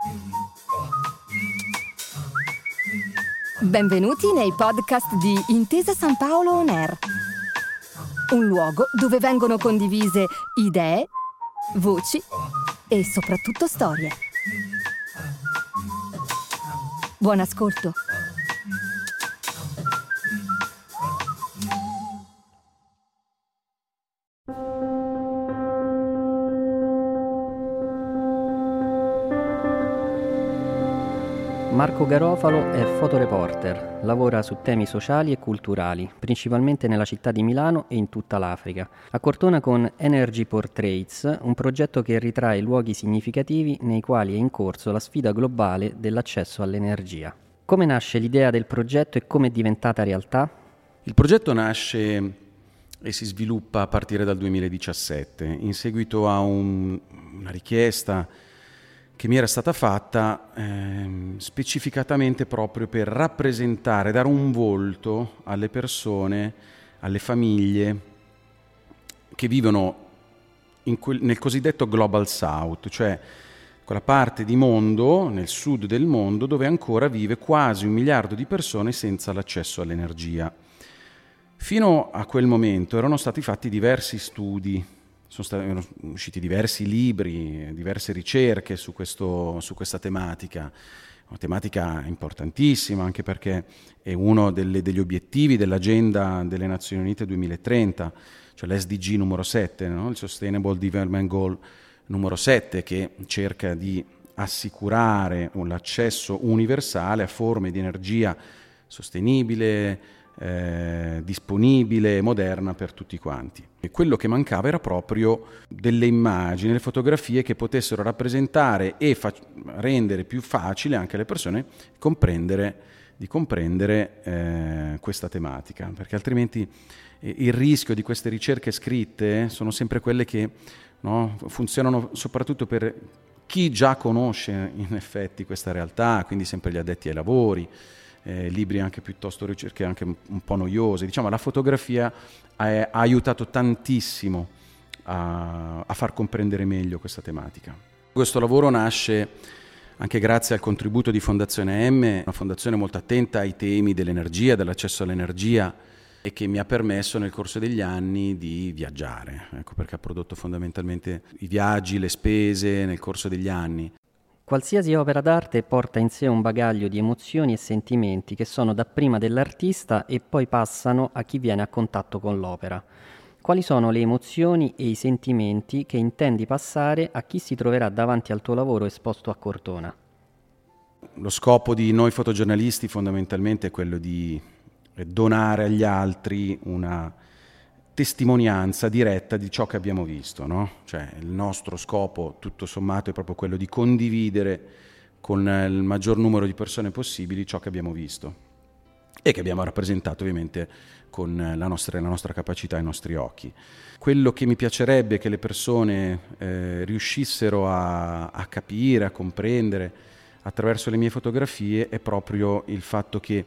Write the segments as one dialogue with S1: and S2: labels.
S1: Benvenuti nei podcast di Intesa San Paolo On Air, un luogo dove vengono condivise idee, voci e soprattutto storie. Buon ascolto.
S2: Marco Garofalo è fotoreporter, lavora su temi sociali e culturali, principalmente nella città di Milano e in tutta l'Africa. A Cortona con Energy Portraits, un progetto che ritrae luoghi significativi nei quali è in corso la sfida globale dell'accesso all'energia. Come nasce l'idea del progetto e come è diventata realtà?
S3: Il progetto nasce e si sviluppa a partire dal 2017, in seguito a una richiesta che mi era stata fatta specificatamente proprio per rappresentare, dare un volto alle persone, alle famiglie che vivono nel cosiddetto Global South, cioè quella parte di mondo, nel sud del mondo, dove ancora vive quasi 1 miliardo di persone senza l'accesso all'energia. Fino a quel momento erano stati fatti diversi studi, erano usciti diversi libri, diverse ricerche su questa tematica, una tematica importantissima anche perché è uno degli obiettivi dell'agenda delle Nazioni Unite 2030, cioè l'SDG numero 7, no? Il Sustainable Development Goal numero 7, che cerca di assicurare l'accesso universale a forme di energia sostenibile, disponibile e moderna per tutti quanti. E quello che mancava era proprio delle immagini, le fotografie che potessero rappresentare e rendere più facile anche alle persone di comprendere questa tematica, perché altrimenti il rischio di queste ricerche scritte sono sempre quelle che funzionano soprattutto per chi già conosce in effetti questa realtà, quindi sempre gli addetti ai lavori, libri anche piuttosto ricerche anche un po' noiose. Diciamo, la fotografia ha aiutato tantissimo a far comprendere meglio questa tematica. Questo lavoro nasce anche grazie al contributo di Fondazione M, una fondazione molto attenta ai temi dell'energia, dell'accesso all'energia, e che mi ha permesso nel corso degli anni di viaggiare. Ecco perché ha prodotto fondamentalmente i viaggi, le spese nel corso degli anni.
S2: Qualsiasi opera d'arte porta in sé un bagaglio di emozioni e sentimenti che sono dapprima dell'artista e poi passano a chi viene a contatto con l'opera. Quali sono le emozioni e i sentimenti che intendi passare a chi si troverà davanti al tuo lavoro esposto a Cortona?
S3: Lo scopo di noi fotogiornalisti fondamentalmente è quello di donare agli altri una testimonianza diretta di ciò che abbiamo visto, no? Cioè il nostro scopo tutto sommato è proprio quello di condividere con il maggior numero di persone possibili ciò che abbiamo visto e che abbiamo rappresentato ovviamente con la nostra capacità, i nostri occhi. Quello che mi piacerebbe è che le persone riuscissero a capire, a comprendere attraverso le mie fotografie è proprio il fatto che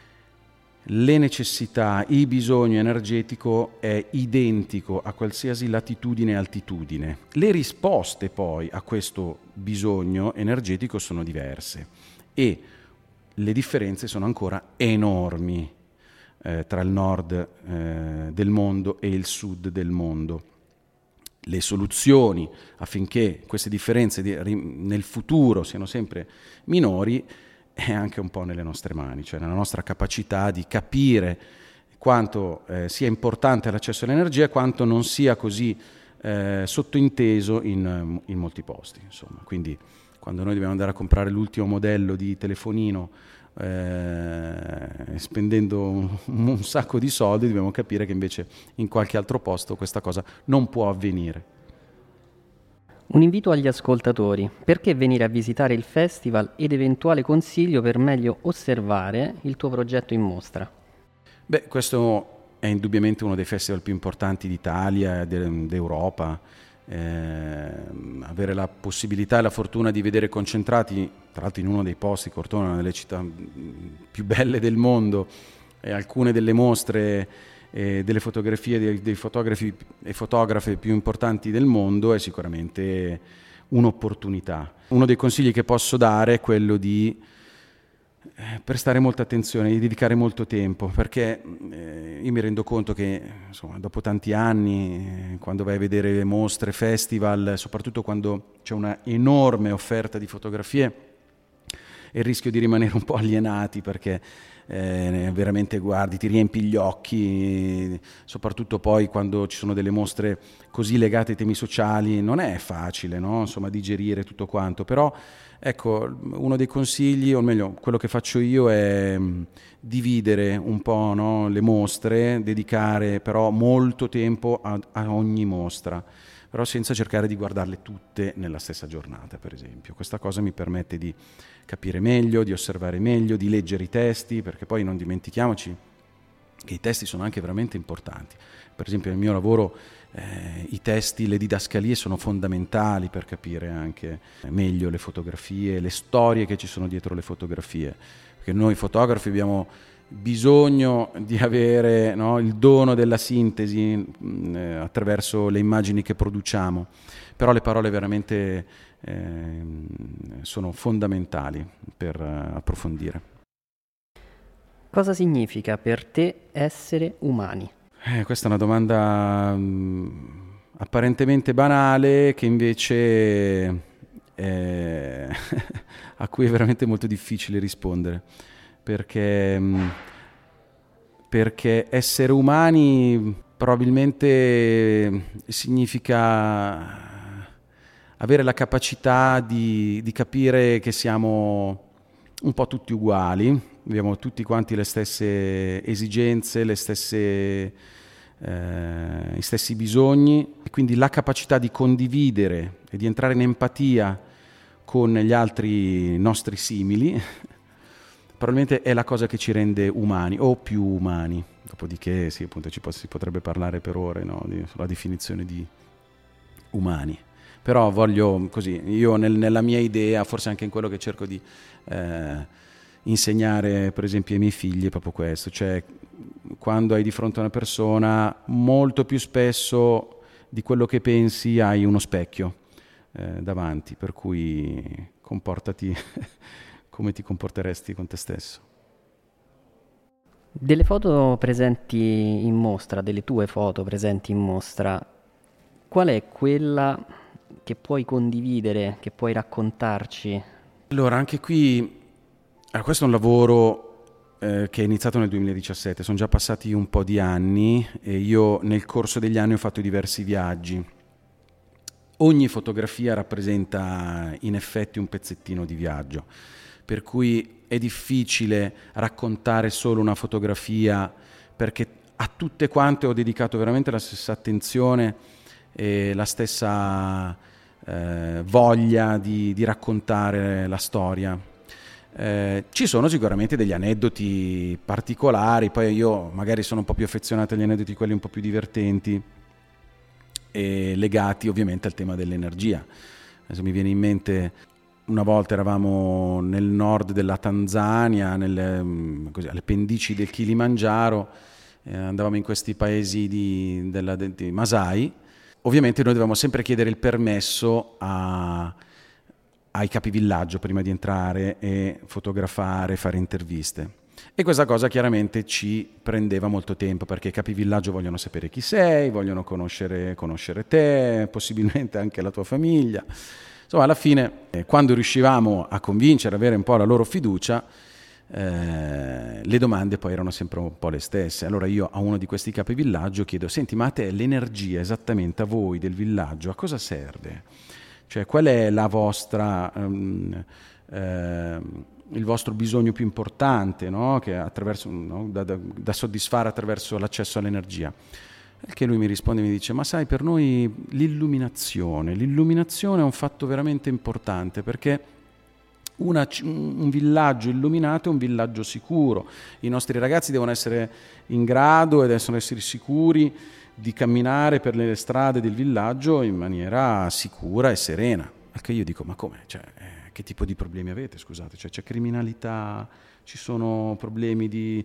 S3: le necessità, il bisogno energetico è identico a qualsiasi latitudine e altitudine. Le risposte poi a questo bisogno energetico sono diverse e le differenze sono ancora enormi tra il nord del mondo e il sud del mondo. Le soluzioni affinché queste differenze nel futuro siano sempre minori è anche un po' nelle nostre mani, cioè nella nostra capacità di capire quanto sia importante l'accesso all'energia e quanto non sia così sottointeso in molti posti. Insomma. Quindi quando noi dobbiamo andare a comprare l'ultimo modello di telefonino spendendo un sacco di soldi, dobbiamo capire che invece in qualche altro posto questa cosa non può avvenire.
S2: Un invito agli ascoltatori: perché venire a visitare il festival ed eventuale consiglio per meglio osservare il tuo progetto in mostra?
S3: Beh, questo è indubbiamente uno dei festival più importanti d'Italia e d'Europa. Avere la possibilità e la fortuna di vedere concentrati, tra l'altro in uno dei posti, Cortona, una delle città più belle del mondo, e alcune delle mostre delle fotografie dei fotografi e fotografe più importanti del mondo, è sicuramente un'opportunità. Uno dei consigli che posso dare è quello di prestare molta attenzione, di dedicare molto tempo, perché io mi rendo conto che insomma, dopo tanti anni, quando vai a vedere mostre, festival, soprattutto quando c'è una enorme offerta di fotografie, il rischio di rimanere un po' alienati, perché veramente guardi, ti riempi gli occhi, soprattutto poi quando ci sono delle mostre così legate ai temi sociali, non è facile, no? Insomma, digerire tutto quanto, però ecco, uno dei consigli, o meglio, quello che faccio io è dividere un po', no, le mostre, dedicare però molto tempo a ogni mostra, però senza cercare di guardarle tutte nella stessa giornata, per esempio. Questa cosa mi permette di capire meglio, di osservare meglio, di leggere i testi, perché poi non dimentichiamoci che i testi sono anche veramente importanti. Per esempio nel mio lavoro i testi, le didascalie sono fondamentali per capire anche meglio le fotografie, le storie che ci sono dietro le fotografie, perché noi fotografi abbiamo bisogno di avere, no, il dono della sintesi attraverso le immagini che produciamo, però le parole veramente sono fondamentali per approfondire.
S2: Cosa significa per te essere umani?
S3: Questa è una domanda apparentemente banale, che invece a cui è veramente molto difficile rispondere, perché essere umani probabilmente significa avere la capacità di capire che siamo un po' tutti uguali, abbiamo tutti quanti le stesse esigenze, gli stessi bisogni, e quindi la capacità di condividere e di entrare in empatia con gli altri nostri simili probabilmente è la cosa che ci rende umani o più umani. Dopodiché sì, appunto si potrebbe parlare per ore, no, sulla definizione di umani. Però voglio così, io nella mia idea, forse anche in quello che cerco di insegnare per esempio ai miei figli, è proprio questo, cioè quando hai di fronte a una persona, molto più spesso di quello che pensi hai uno specchio davanti, per cui comportati come ti comporteresti con te stesso.
S2: Delle foto presenti in mostra, delle tue foto presenti in mostra, qual è quella che puoi condividere, che puoi raccontarci?
S3: Allora, anche qui, questo è un lavoro che è iniziato nel 2017, sono già passati un po' di anni e io nel corso degli anni ho fatto diversi viaggi. Ogni fotografia rappresenta in effetti un pezzettino di viaggio, per cui è difficile raccontare solo una fotografia, perché a tutte quante ho dedicato veramente la stessa attenzione e la stessa voglia di raccontare la storia. Ci sono sicuramente degli aneddoti particolari, poi io magari sono un po' più affezionato agli aneddoti, quelli un po' più divertenti, e legati ovviamente al tema dell'energia. Adesso mi viene in mente, una volta eravamo nel nord della Tanzania, alle pendici del Kilimangiaro, andavamo in questi paesi di Masai. Ovviamente noi dovevamo sempre chiedere il permesso ai capivillaggio prima di entrare e fotografare, fare interviste. E questa cosa chiaramente ci prendeva molto tempo, perché i capivillaggio vogliono sapere chi sei, vogliono conoscere te, possibilmente anche la tua famiglia. Insomma, alla fine, quando riuscivamo a convincere, avere un po' la loro fiducia, le domande poi erano sempre un po' le stesse. Allora io a uno di questi capivillaggio chiedo: senti, ma a te l'energia esattamente, a voi del villaggio, a cosa serve? Cioè, qual è la vostra il vostro bisogno più importante, no? Che attraverso, no? da soddisfare attraverso l'accesso all'energia? Che lui mi risponde e mi dice: ma sai, per noi l'illuminazione è un fatto veramente importante, perché un villaggio illuminato è un villaggio sicuro. I nostri ragazzi devono essere in grado e devono essere sicuri di camminare per le strade del villaggio in maniera sicura e serena. Anche io dico: ma come? Cioè, che tipo di problemi avete? Scusate, cioè, c'è criminalità, ci sono problemi di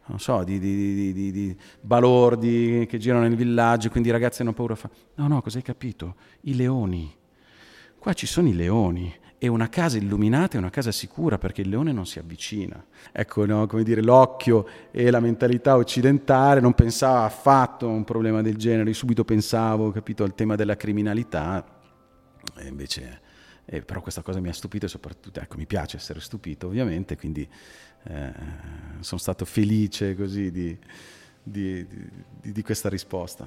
S3: balordi che girano nel villaggio, quindi i ragazzi hanno paura. No, cosa hai capito? I leoni. Qua ci sono i leoni. E una casa illuminata è una casa sicura perché il leone non si avvicina. Ecco, no, come dire, l'occhio e la mentalità occidentale non pensava affatto a un problema del genere. Io subito pensavo, capito, al tema della criminalità. E invece, però questa cosa mi ha stupito e soprattutto, ecco, mi piace essere stupito ovviamente, quindi sono stato felice così di questa risposta.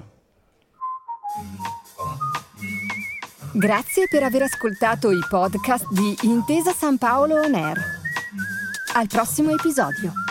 S1: Grazie per aver ascoltato i podcast di Intesa San Paolo On Air. Al prossimo episodio.